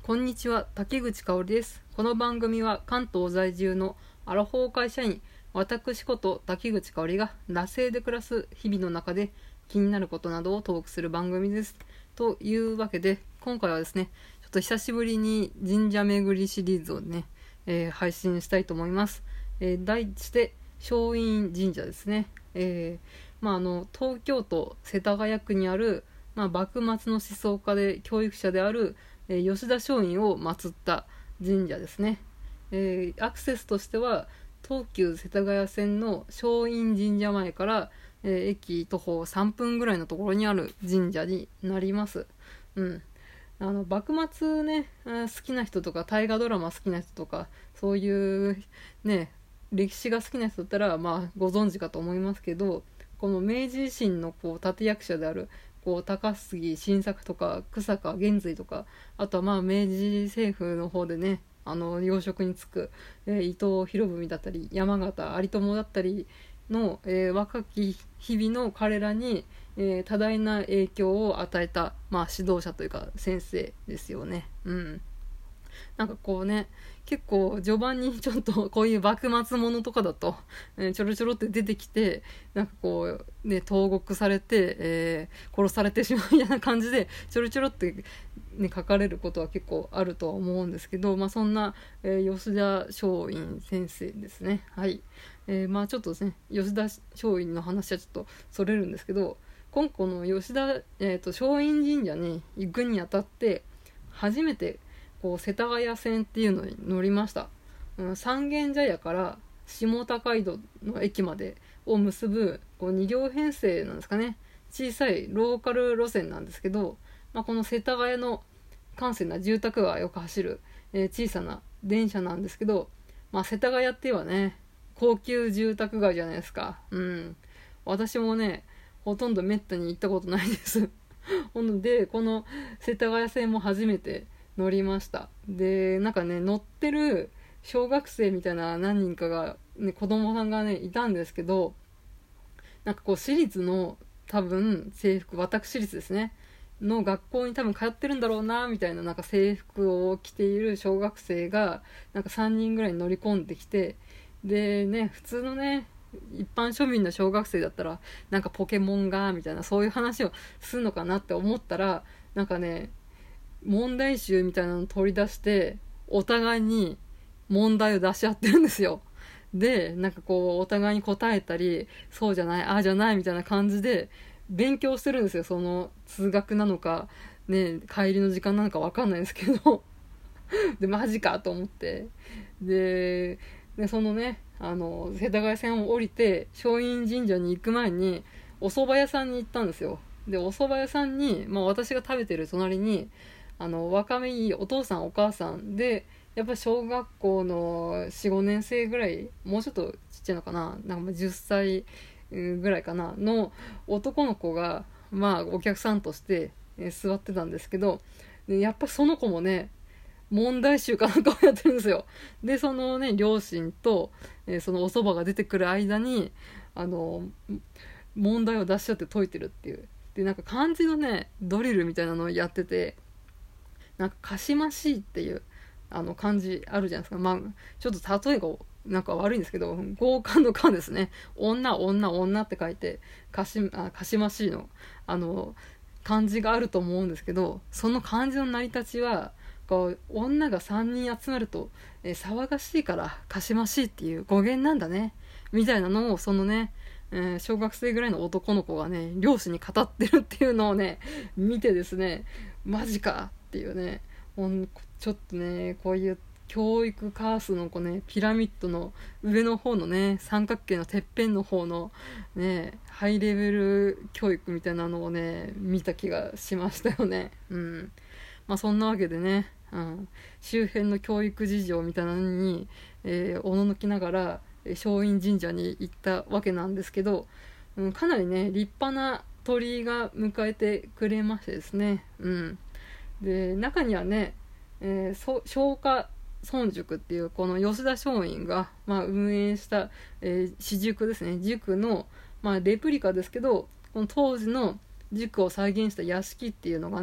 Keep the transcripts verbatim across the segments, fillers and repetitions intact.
こんにちは、竹口香織です。この番組は関東在住のアラフォー会社員、私こと竹口香織が惰性で暮らす日々の中で気になることなどをトークする番組です。というわけで、今回はですね、ちょっと久しぶりに神社巡りシリーズをね、えー配信したいと思います。えー題して松陰神社ですね。えーまあ、あの東京都世田谷区にある、まあ、幕末の思想家で教育者である、えー吉田松陰を祀った神社ですね。えーアクセスとしては東急世田谷線の松陰神社前から、えー駅徒歩さんぷんぐらいのところにある神社になります。うん、あの幕末ね、あー好きな人とか大河ドラマ好きな人とかそういうね歴史が好きな人だったらまあご存知かと思いますけど、この明治維新のこう立役者であるこう高杉晋作とか草加源瑞とか、あとはまあ明治政府の方でねあの要職に就く、えー伊藤博文だったり山形有朋だったりの、えー若き日々の彼らに、えー多大な影響を与えた、まあ、指導者というか先生ですよね。うんなんかこうね、結構序盤にちょっとこういう幕末ものとかだと、えーちょろちょろって出てきて、なんかこうね、投獄されて、えー殺されてしまうみたいな感じで、ちょろちょろってね、書かれることは結構あるとは思うんですけど、まあそんな、えー吉田松陰先生ですね。はい。えーまあちょっとですね、吉田松陰の話はちょっとそれるんですけど、今個の吉田、えーと、松陰神社に行くにあたって、初めてこう世田谷線っていうのに乗りました。うん、三軒茶屋から下高井戸の駅までを結ぶこうに両編成なんですかね。小さいローカル路線なんですけど、まあ、この世田谷の閑静な住宅がよく走る、えー小さな電車なんですけど、まあ、世田谷って言えばね高級住宅街じゃないですか。うん、私もねほとんどめったに行ったことないですほんでこの世田谷線も初めて乗りました。でなんかね乗ってる小学生みたいな何人かが、ね、子供さんがねいたんですけど、なんかこう私立の多分制服、私立ですねの学校に多分通ってるんだろうなみたいな、なんか制服を着ている小学生がなんかさんにんぐらい乗り込んできて、でね普通のね一般庶民の小学生だったらなんかポケモンがみたいなそういう話をするのかなって思ったら、なんかね問題集みたいなのを取り出してお互いに問題を出し合ってるんですよ。でなんかこうお互いに答えたりそうじゃないああじゃないみたいな感じで勉強してるんですよ。その通学なのかね帰りの時間なのか分かんないですけどでマジかと思って、ででそのねあの世田谷線を降りて松陰神社に行く前にお蕎麦屋さんに行ったんですよ。でお蕎麦屋さんに、まあ、私が食べてる隣にあの若めいいお父さんお母さんで、やっぱ小学校のよん、ごねん生ぐらい、もうちょっとちっちゃいのかな、なんかじゅっさいぐらいかなの男の子がまあお客さんとしてえー座ってたんですけど、でやっぱその子もね問題集かなんかをやってるんですよ。でそのね両親と、えーそのお蕎麦が出てくる間にあの問題を出し合って解いてるっていう。でなんか漢字のねドリルみたいなのをやってて、なんかかしましいっていうあの漢字あるじゃないですか。まあちょっと例えがなんか悪いんですけど、強姦の姦ですね。女女女って書いてかしあかしましいのあの漢字があると思うんですけど、その漢字の成り立ちはこう女がさんにん集まると、えー騒がしいからかしましいっていう語源なんだねみたいなのをそのね、えー小学生ぐらいの男の子がね両親に語ってるっていうのをね見てですね、マジかっていうね、ほんちょっとねこういう教育カースのこう、ね、ピラミッドの上の方のね三角形のてっぺんの方のねハイレベル教育みたいなのをね見た気がしましたよね。うんまあそんなわけでね、うん、周辺の教育事情みたいなのに、えー、おののきながら松陰神社に行ったわけなんですけど、うん、かなりね立派な鳥居が迎えてくれましてですね、うん、で中にはね、えー、そ松下村塾っていうこの吉田松陰が、まあ、運営した、えー、私塾ですね、塾の、まあ、レプリカですけどこの当時の塾を再現した屋敷っていうのがね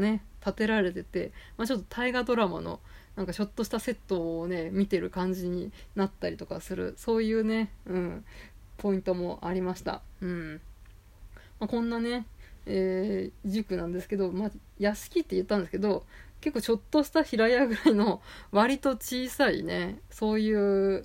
建てられてて、まあ、ちょっと大河ドラマのなんかちょっとしたセットをね見てる感じになったりとかする、そういうね、うん、ポイントもありました。うんまあ、こんなね、えー、塾なんですけど、まあ、屋敷って言ったんですけど、結構ちょっとした平屋ぐらいの割と小さいね、そういう、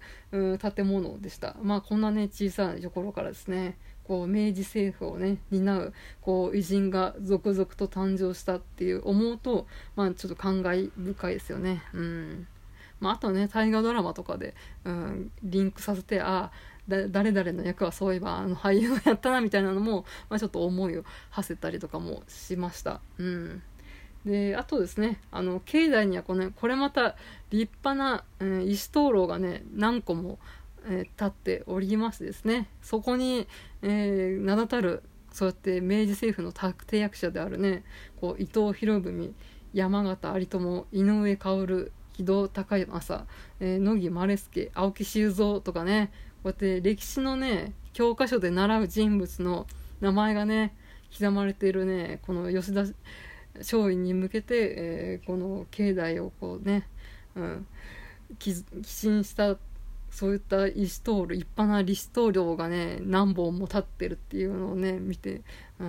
うん、建物でした。まあこんなね小さなところからですね、こう明治政府をね担うこう偉人が続々と誕生したっていう思うと、まあちょっと感慨深いですよね。うんまあ、あとね大河ドラマとかで、うん、リンクさせて、あだ誰々の役はそういえばあの俳優がやったなみたいなのも、まあ、ちょっと思いを馳せたりとかもしました。うんであとですね、あの境内にはこれ、ね、これまた立派な、うん、石灯籠がね何個も、えー、立っておりましてですね、そこに、えー、名だたるそうやって明治政府の立役者であるね、こう伊藤博文、山形有朋、井上馨、木戸孝正、えー、野木稀助、青木修造とかね、こうやって歴史のね教科書で習う人物の名前がね刻まれているね、この吉田松陰に向けて、えー、この境内をこうね、うん、寄進したそういった石灯籠、立派な石灯籠がね何本も立ってるっていうのをね見て、うん、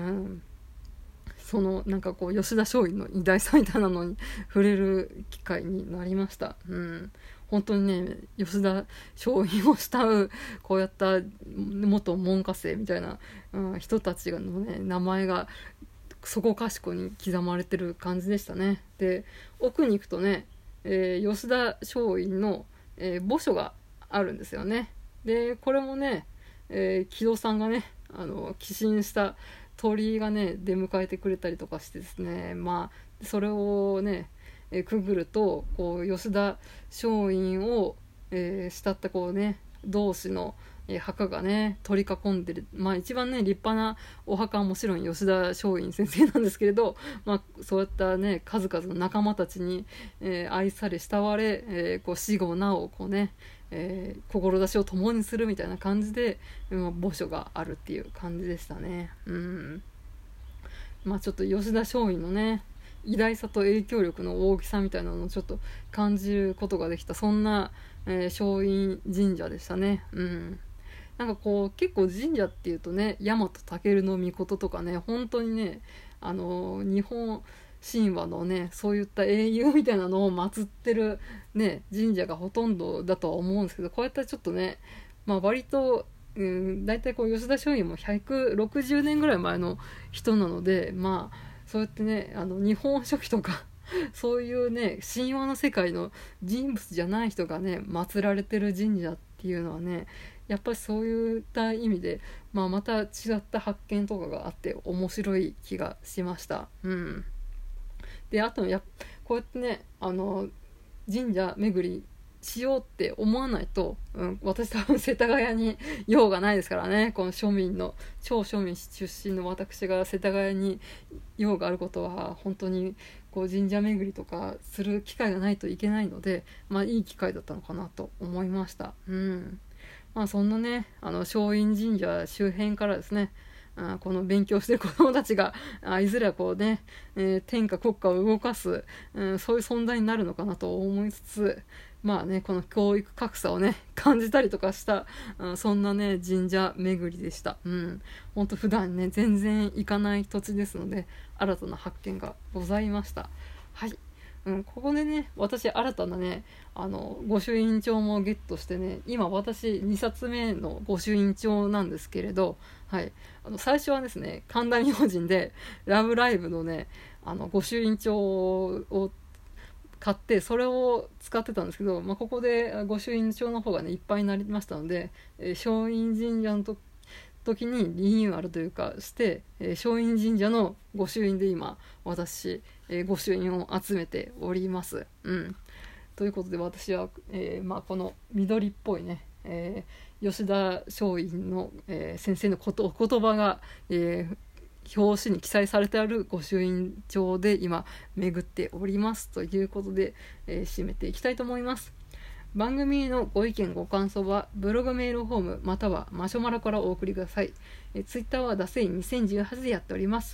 そのなんかこう吉田松陰の偉大さみたいなのに触れる機会になりました。うん本当にね吉田松陰を慕うこうやった元門下生みたいな、うん、人たちのね名前がそこかしこに刻まれてる感じでしたね。で奥に行くとね、えー、吉田松陰の、えー、墓所があるんですよね。でこれもね、えー、木戸さんがねあの寄進した鳥居がね出迎えてくれたりとかしてですね、まあそれをね、えー、くぐるとこう吉田松陰を、えー、慕ったこうね同志の墓がね取り囲んでる、まあ一番ね立派なお墓はもちろん吉田松陰先生なんですけれど、まあ、そういったね数々の仲間たちに、えー、愛され慕われ、えー、こう死後なおこうね、えー、志を共にするみたいな感じで、まあ、墓所があるっていう感じでしたね。うんまあちょっと吉田松陰のね偉大さと影響力の大きさみたいなのをちょっと感じることができた、そんな、えー、松陰神社でしたね。うんなんかこう結構神社っていうとね大和武の命とかね本当にねあの日本神話のねそういった英雄みたいなのを祀ってるね神社がほとんどだとは思うんですけど、こうやったらちょっとねまあ割とうん、だいたいこう吉田松陰もひゃくろくじゅうねんぐらい前の人なので、まあそうやってねあの日本書紀とかそういうね神話の世界の人物じゃない人がね祀られてる神社っていうのはねやっぱりそういった意味で、まあ、また違った発見とかがあって面白い気がしました。うん、であとやこうやってねあの神社巡りしようって思わないと、うん、私多分世田谷に用がないですからね。この庶民の超庶民出身の私が世田谷に用があることは本当にこう神社巡りとかする機会がないといけないので、まあいい機会だったのかなと思いました。うんまあ、そんなねあの松陰神社周辺からですねあこの勉強してる子どもたちがあいずれはこうね、えー、天下国家を動かす、うん、そういう存在になるのかなと思いつつ、まあねこの教育格差をね感じたりとかした、うん、そんなね神社巡りでした。うん本当普段ね全然行かない土地ですので新たな発見がございました。はいうん、ここでね私新たなねあの御朱印帳もゲットしてね今私にさつめの御朱印帳なんですけれど、はい、あの最初はですね神田明神でラブライブのねあの御朱印帳を買ってそれを使ってたんですけど、まあ、ここで御朱印帳の方がねいっぱいになりましたので、えー、松陰神社のと時にリニューアルというかして、えー、松陰神社の御朱印で今私、えー、御朱印を集めております。うん、ということで私は、えーまあ、この緑っぽいね、えー、吉田松陰の、えー、先生のことお言葉が、えー、表紙に記載されてある御朱印帳で今巡っておりますということで、えー、締めていきたいと思います。番組のご意見ご感想はブログメールフォームまたはマシュマロからお送りください。えツイッターはダセイにせんじゅうはちでやっております。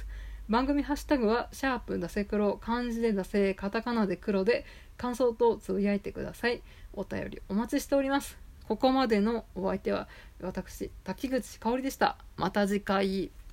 番組ハッシュタグはシャープだせ黒、漢字でだせ、カタカナで黒で感想とつぶやいてください。お便りお待ちしております。ここまでのお相手は私滝口香織でした。また次回。